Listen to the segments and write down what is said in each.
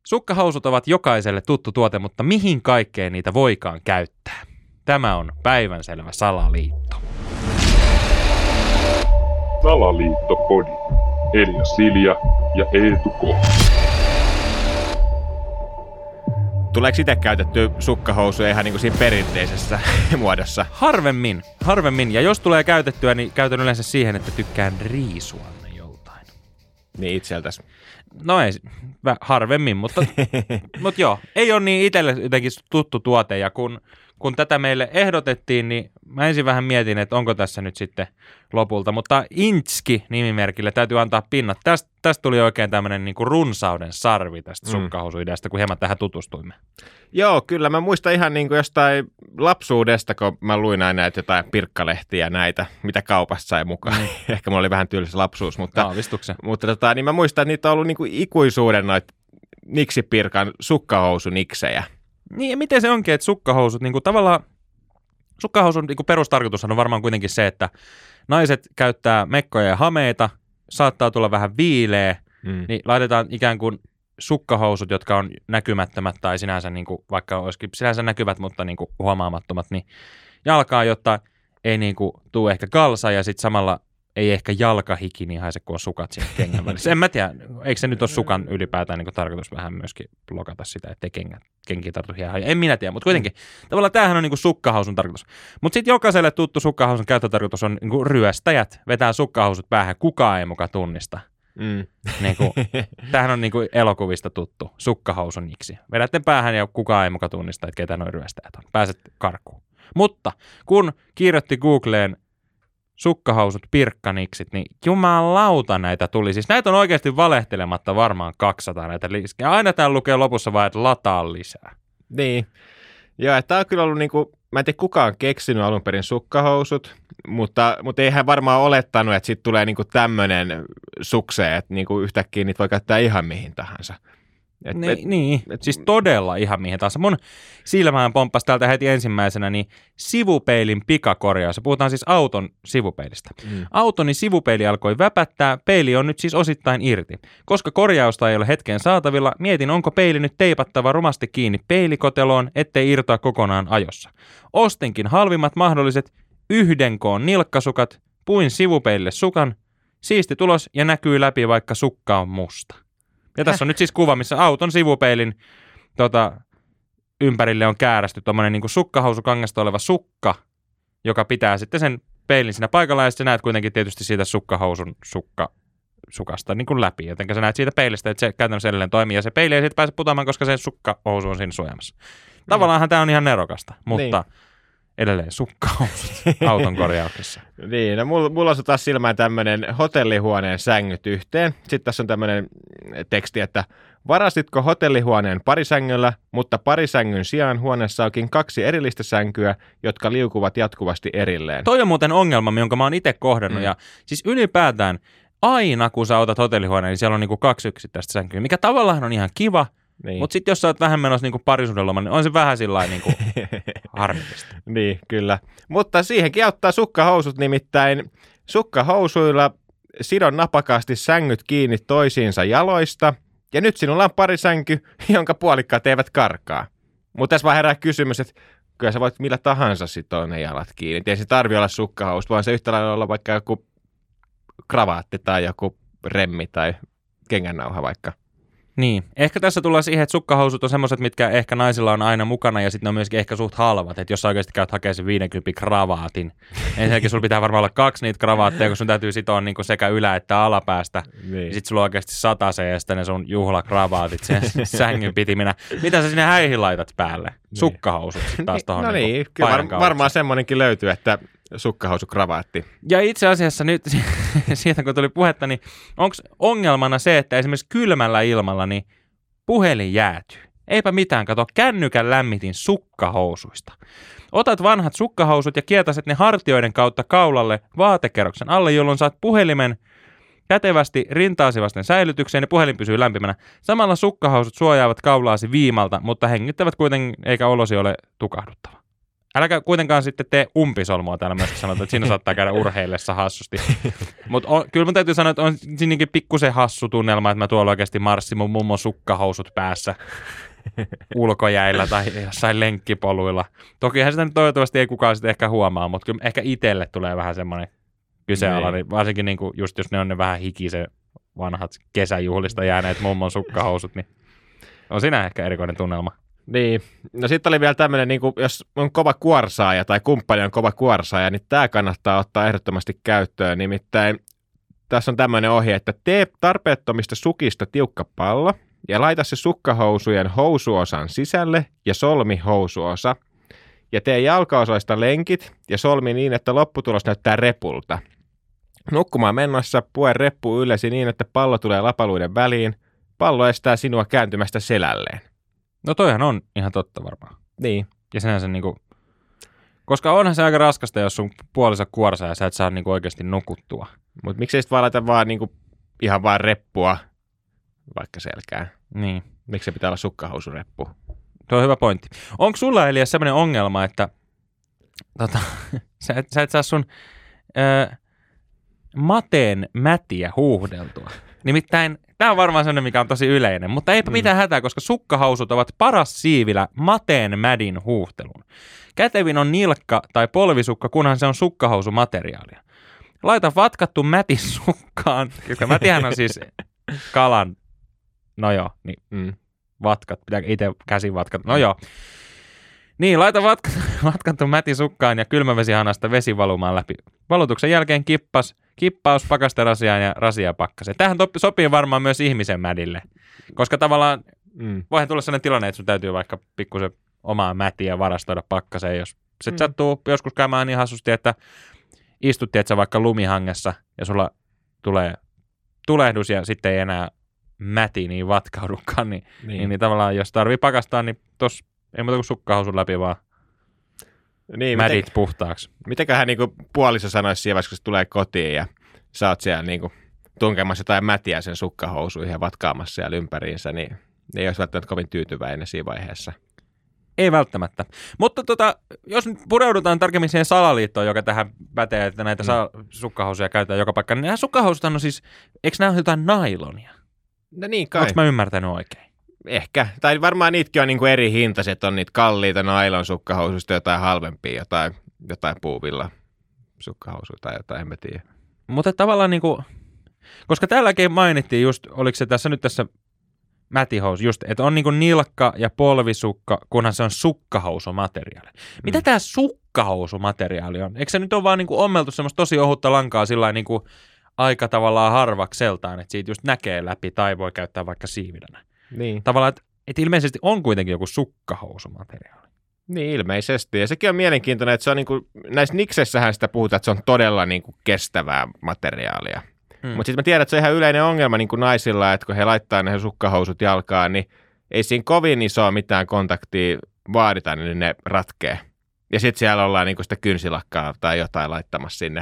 Sukkahousut ovat jokaiselle tuttu tuote, mutta mihin kaikkeen niitä voikaan käyttää? Tämä on päivänselvä salaliitto. Salaliittopodi. Elia Silja ja Eetu K. Tuleeko itse käytettyä sukkahousuja ihan niin kuin siinä perinteisessä muodossa? Harvemmin. Ja jos tulee käytettyä, niin käytän yleensä siihen, että tykkään riisua ne joltain. Niin itseltäsi. No ei, harvemmin, mutta joo, ei ole niin itselle jotenkin tuttu tuote. Ja kun tätä meille ehdotettiin, niin mä ensin vähän mietin, että onko tässä nyt sitten lopulta. Mutta Intski-nimimerkille täytyy antaa pinnat. Tästä tuli oikein tämmöinen niin kuin runsauden sarvi tästä sukkahousuideasta, kun hieman tähän tutustuimme. Joo, kyllä. Mä muistan ihan niin kuin jostain lapsuudesta, kun mä luin aina näitä jotain pirkkalehtiä näitä, mitä kaupassa sai mukaan. Ehkä mulla oli vähän tylsä lapsuus, mutta niin mä muistan, että niitä on ollut niin kuin ikuisuuden noita niksipirkan sukkahousu-niksejä. Niin ja miten se onkin, että sukkahousut, niin kuin tavallaan, sukkahousun niin kuin perustarkoitus on varmaan kuitenkin se, että naiset käyttää mekkoja ja hameita, saattaa tulla vähän viileä, niin laitetaan ikään kuin sukkahousut, jotka on näkymättömät tai sinänsä, niin kuin, vaikka olisikin sinänsä näkyvät, mutta niin kuin huomaamattomat, niin jalkaan, jotta ei niin kuin tule ehkä kalsa ja sitten samalla ei ehkä jalkahiki niin haise, kun on sukat siinä kengän välissä. En mä tiedä, eikö se nyt ole sukan ylipäätään niin tarkoitus vähän myöskin blokata sitä, ettei kenkiä tartu hieman. En minä tiedä, mutta kuitenkin tavallaan tämähän on niin kuin sukkahousun tarkoitus. Mutta sitten jokaiselle tuttu sukkahousun käyttötarkoitus on niin kuin ryöstäjät, vetää sukkahousut päähän, kukaan ei muka tunnista. Niin kuin, tämähän on niin kuin elokuvista tuttu, sukkahousuniksi. Vedätte päähän ja kukaan ei muka tunnista, että ketä noin ryöstäjät on. Pääset karkuun. Mutta kun kirjoitti Googleen sukkahousut, pirkkaniksit, niin jumalauta näitä tuli. Siis näitä on oikeasti valehtelematta varmaan 200 näitä lisää. Ja aina täällä lukee lopussa vaan, että lataa lisää. Niin. Joo, että tämä on kyllä ollut niinku, mä en tiedä kukaan on keksinyt alun perin sukkahousut, mutta eihän varmaan olettanut, että siitä tulee niinku tämmöinen sukse, että niinku yhtäkkiä niitä voi käyttää ihan mihin tahansa. Siis todella ihan mihin tahansa. Mun silmään pomppasi täältä heti ensimmäisenä niin sivupeilin pikakorjaus. Puhutaan siis auton sivupeilistä. Autoni sivupeili alkoi väpättää, peili on nyt siis osittain irti. Koska korjausta ei ole hetkeen saatavilla, mietin onko peili nyt teipattava rumasti kiinni peilikoteloon, ettei irtoa kokonaan ajossa. Ostinkin halvimmat mahdolliset 1 koon nilkkasukat, puin sivupeilille sukan, siisti tulos ja näkyy läpi vaikka sukka on musta. Ja tässä on nyt siis kuva, missä auton sivupeilin ympärille on käärästy tuommoinen niin kuin sukkahousukangasta oleva sukka, joka pitää sitten sen peilin siinä paikalla, ja sitten näet kuitenkin tietysti siitä sukkahousun sukasta niin kuin läpi, joten sä näet siitä peilistä, että se käytännössä edelleen toimii, ja se peili ei sitten pääse putoamaan, koska se sukkahousu on siinä suojamassa. Tavallaanhan tämä on ihan nerokasta, mutta edelleen sukkahousut auton korjauksessa. Niin, no mulla on taas silmään tämmöinen hotellihuoneen sängyt yhteen. Sitten tässä on tämmöinen teksti, että varastitko hotellihuoneen parisängyllä, mutta parisängyn sijaan huoneessa onkin 2 erillistä sänkyä, jotka liukuvat jatkuvasti erilleen. Toi on muuten ongelma, jonka mä oon itse kohdannut. Ja siis ylipäätään aina, kun sä otat hotellihuoneen, niin siellä on niinku 2 yksittäistä sänkyä, mikä tavallaan on ihan kiva. Niin. Mutta sitten jos sä oot vähän menossa niinku parisuhdeloma, niin on se vähän sillain niinku harmillista. Niin, kyllä. Mutta siihenkin auttaa sukkahousut, nimittäin sukkahousuilla sidon napakasti sängyt kiinni toisiinsa jaloista, ja nyt sinulla on parisänky, jonka puolikkaat eivät karkaa. Mutta tässä vaan herää kysymys, että kyllä sä voit millä tahansa sitoa ne jalat kiinni. Ei se tarvitse olla sukkahousut, vaan se yhtä lailla olla vaikka joku kravaatti tai joku remmi tai kengännauha vaikka. Niin, ehkä tässä tullaan siihen, että sukkahousut on semmoiset, mitkä ehkä naisilla on aina mukana ja sitten ne on myöskin ehkä suht halvat, että jos sä oikeasti käyt hakemaan sen 50 kravaatin, ensinnäkin sulla pitää varmaan olla 2 niitä kravaatteja, kun sun täytyy sitoa niin sekä ylä- että alapäästä, niin. Ja sitten sulla on oikeasti 100 ja sitten ne sun juhlakravaatit sen sängyn pitiminä. Mitä sä sinne häihin laitat päälle? Niin. Sukkahousut sitten taas tohon. No niin, kyllä varmaan semmoinenkin löytyy, että sukkahousukravaatti. Ja itse asiassa nyt, siitä kun tuli puhetta, niin onko ongelmana se, että esimerkiksi kylmällä ilmalla niin puhelin jäätyy? Eipä mitään, kato, kännykän lämmitin sukkahousuista. Otat vanhat sukkahousut ja kietaset ne hartioiden kautta kaulalle vaatekerroksen alle, jolloin saat puhelimen kätevästi rintaasi vasten säilytykseen ja puhelin pysyy lämpimänä. Samalla sukkahousut suojaavat kaulaasi viimalta, mutta hengittävät kuitenkin, eikä olosi ole tukahduttava. Äläkä kuitenkaan sitten tee umpisolmua täällä myöskin sanotaan, että siinä saattaa käydä urheillessa hassusti. Mutta kyllä mun täytyy sanoa, että on siinäkin pikkusen hassu tunnelma, että mä tuolla oikeasti marssin mun mummon sukkahousut päässä ulkojäillä tai jossain lenkkipoluilla. Tokihan sitä nyt toivottavasti ei kukaan sitten ehkä huomaa, mutta kyllä ehkä itselle tulee vähän semmoinen kyseenalainen, varsinkin niinku just jos ne on ne vähän hikisen vanhat kesäjuhlista jääneet mummon sukkahousut, niin on siinä ehkä erikoinen tunnelma. Niin. No sitten oli vielä tämmöinen, niin jos on kova kuorsaaja tai kumppani on kova kuorsaaja, niin tämä kannattaa ottaa ehdottomasti käyttöön. Nimittäin tässä on tämmöinen ohje, että tee tarpeettomista sukista tiukka pallo ja laita se sukkahousujen housuosan sisälle ja solmi housuosa. Ja tee jalkaosoista lenkit ja solmi niin, että lopputulos näyttää repulta. Nukkumaan mennessä pue reppu ylesi niin, että pallo tulee lapaluiden väliin. Pallo estää sinua kääntymästä selälleen. No toihan on ihan totta varmaan. Niin. Ja sinänsä niinku, koska onhan se aika raskasta, jos sun puoliso kuorsaa ja sä et saa niinku oikeasti nukuttua. Mutta miksei sit vaan laita vaan niinku ihan vaan reppua vaikka selkään? Niin. Miksi se pitää olla sukkahousureppu? Tuo on hyvä pointti. Onko sulla, Elias, sellainen ongelma, että sä et saa sun mateen mätiä huuhdeltua? Nimittäin tämä on varmaan sellainen, mikä on tosi yleinen, mutta eipä mitään hätää, koska sukkahousut ovat paras siivilä mateen mädin huuhtelun. Kätevin on nilkka tai polvisukka, kunhan se on sukkahousumateriaalia. Laita vatkattu mäti sukkaan, koska mätihän on siis kalan, no joo, niin vatkat, pitää itse käsin vatkata, no joo. Niin, laita vatkattu mäti sukkaan ja kylmävesihanasta vesi valumaan läpi. Valutuksen jälkeen kippaus pakasterasiaan ja rasia pakkaseen. Tämähän sopii varmaan myös ihmisen mädille, koska tavallaan voihan tulla sellainen tilanne, että sun täytyy vaikka pikkusen omaa mätiä varastoida pakkaseen, jos se sattuu joskus käymään niin hassusti, että istutti, että sä vaikka lumihangessa ja sulla tulee tulehdus ja sitten ei enää mäti niin vatkaudukaan, niin tavallaan jos tarvii pakastaa, niin tossa ei muuta kuin sukkahousun läpi vaan mädit puhtaaksi. Mitenköhän niinku puoliso sanoisi siinä vaiheessa, kun se tulee kotiin ja sä oot siellä niinku tunkemassa jotain mätiä sen sukkahousuihin ja vatkaamassa siellä ympäriinsä, niin ei olisi välttämättä kovin tyytyväinen siinä vaiheessa. Ei välttämättä. Mutta jos nyt pureudutaan tarkemmin siihen salaliittoon, joka tähän pätee, että näitä sukkahousuja käytetään joka paikka, niin nämä sukkahousut on siis, eikö nämä ole jotain nailonia? No niin kai. Oletko mä ymmärtänyt oikein? Ehkä. Tai varmaan niitäkin on niinku eri hintaiset, on niitä kalliita nailon sukkahousuista, jotain halvempia, jotain puuvilla sukkahousuja tai jotain, en mä tiedä. Mutta tavallaan niinku, koska täälläkin mainittiin just, oliko se tässä mätihousu, just, että on niinku nilkka ja polvisukka, kunhan se on sukkahousumateriaali. Mitä tämä sukkahousumateriaali on? Eikö se nyt ole vaan niinku ommeltu semmoista tosi ohutta lankaa sillain niinku aika tavallaan harvakseltaan, että siitä just näkee läpi tai voi käyttää vaikka siivilänä. Niin. Tavallaan, että ilmeisesti on kuitenkin joku sukkahousumateriaali. Niin, ilmeisesti. Ja sekin on mielenkiintoinen, että se on niinku, näissä niksessähän sitä puhutaan, että se on todella niinku kestävää materiaalia. Mutta sitten mä tiedän, että se on ihan yleinen ongelma niinku naisilla, että kun he laittaa ne sukkahousut jalkaan, niin ei siinä kovin isoa mitään kontaktia vaadita, niin ne ratkee. Ja sitten siellä ollaan niinku sitä kynsilakkaa tai jotain laittamassa sinne,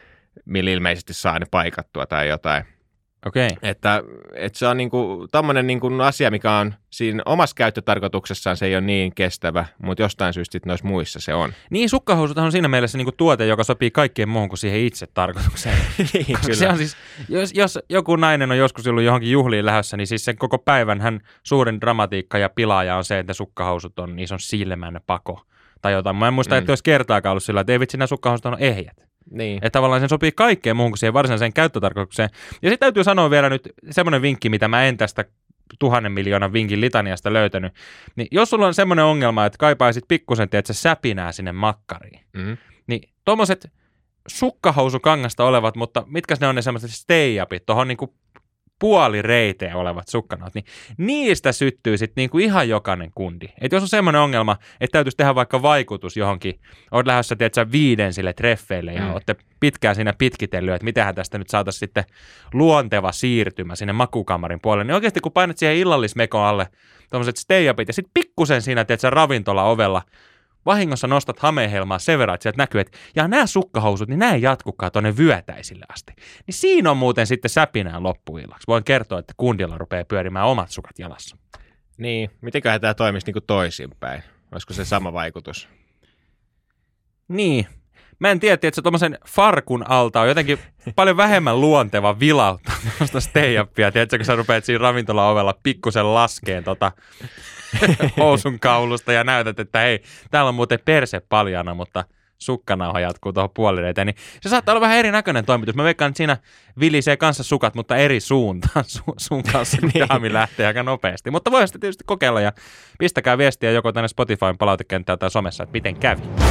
millä ilmeisesti saa ne paikattua tai jotain. Okei. Että se on niinku tommonen niinku asia, mikä on siinä omassa käyttötarkoituksessaan, se ei ole niin kestävä, mutta jostain syystä noissa muissa se on. Niin, sukkahousut on siinä mielessä niinku tuote, joka sopii kaikkeen muuhun kuin siihen itse tarkoitukseen. Niin, kyllä. Se on siis, jos joku nainen on joskus ollut johonkin juhliin lähdössä, niin siis sen koko päivän hän suurin dramatiikka ja pilaaja on se, että sukkahousut on, niissä on silmän pako tai jotain. Mä en muista, että olisi kertaakaan ollut sillä, että ei vitsi, nämä sukkahousut on ehjät. Niin. Että tavallaan sen sopii kaikkeen muuhun kuin siihen varsinaiseen käyttötarkoitukseen. Ja sitten täytyy sanoa vielä nyt semmoinen vinkki, mitä mä en tästä 1000 miljoonan vinkin litaniasta löytänyt. Niin jos sulla on semmoinen ongelma, että kaipaisit pikkusen, että se säpinää sinne makkariin, niin tuommoiset sukkahousukangasta olevat, mutta mitkä ne on ne semmoiset stay-upit, tuohon niinku puolireiteä olevat sukkanaut, niin niistä syttyy sitten niinku ihan jokainen kundi. Että jos on semmoinen ongelma, että täytyisi tehdä vaikka vaikutus johonkin, oot lähdössä, tiedätkö, 5 treffeille ja olette pitkään siinä pitkitellyt, että mitähän tästä nyt saataisiin sitten luonteva siirtymä sinne makukamarin puolelle, niin oikeasti kun painat siihen illallismekon alle tuommoiset stay-upit ja sitten pikkusen siinä, tiedätkö, ravintola-ovella vahingossa nostat hameenhelmaa sen verran, että sieltä näkyy, että ja nämä sukkahousut, niin nämä ei jatkukaan tuonne vyötäisille asti. Niin siinä on muuten sitten säpinään loppuillaksi. Voin kertoa, että kundilla rupeaa pyörimään omat sukat jalassa. Niin, mitenköhän tämä toimisi niin kuin toisinpäin? Olisiko se sama vaikutus? Niin. Mä en tiedä, että se tuommoisen farkun alta on jotenkin paljon vähemmän luonteva vilauttaa tuosta stay-upia. Tiedätkö, kun sä rupeat siinä ravintola-ovella pikkusen laskeen housun kaulusta ja näytät, että hei, täällä on muuten perse paljana, mutta sukkanauha jatkuu tuohon puolireiteen. Niin se saattaa olla vähän erinäköinen toimitus. Mä veikkaan, että siinä vilisee kanssa sukat, mutta eri suuntaan. Sun kanssa daami lähtee aika nopeasti. Mutta voi sitten tietysti kokeilla ja pistäkää viestiä joko tänne Spotifyn palautekenttään tai somessa, että miten kävi.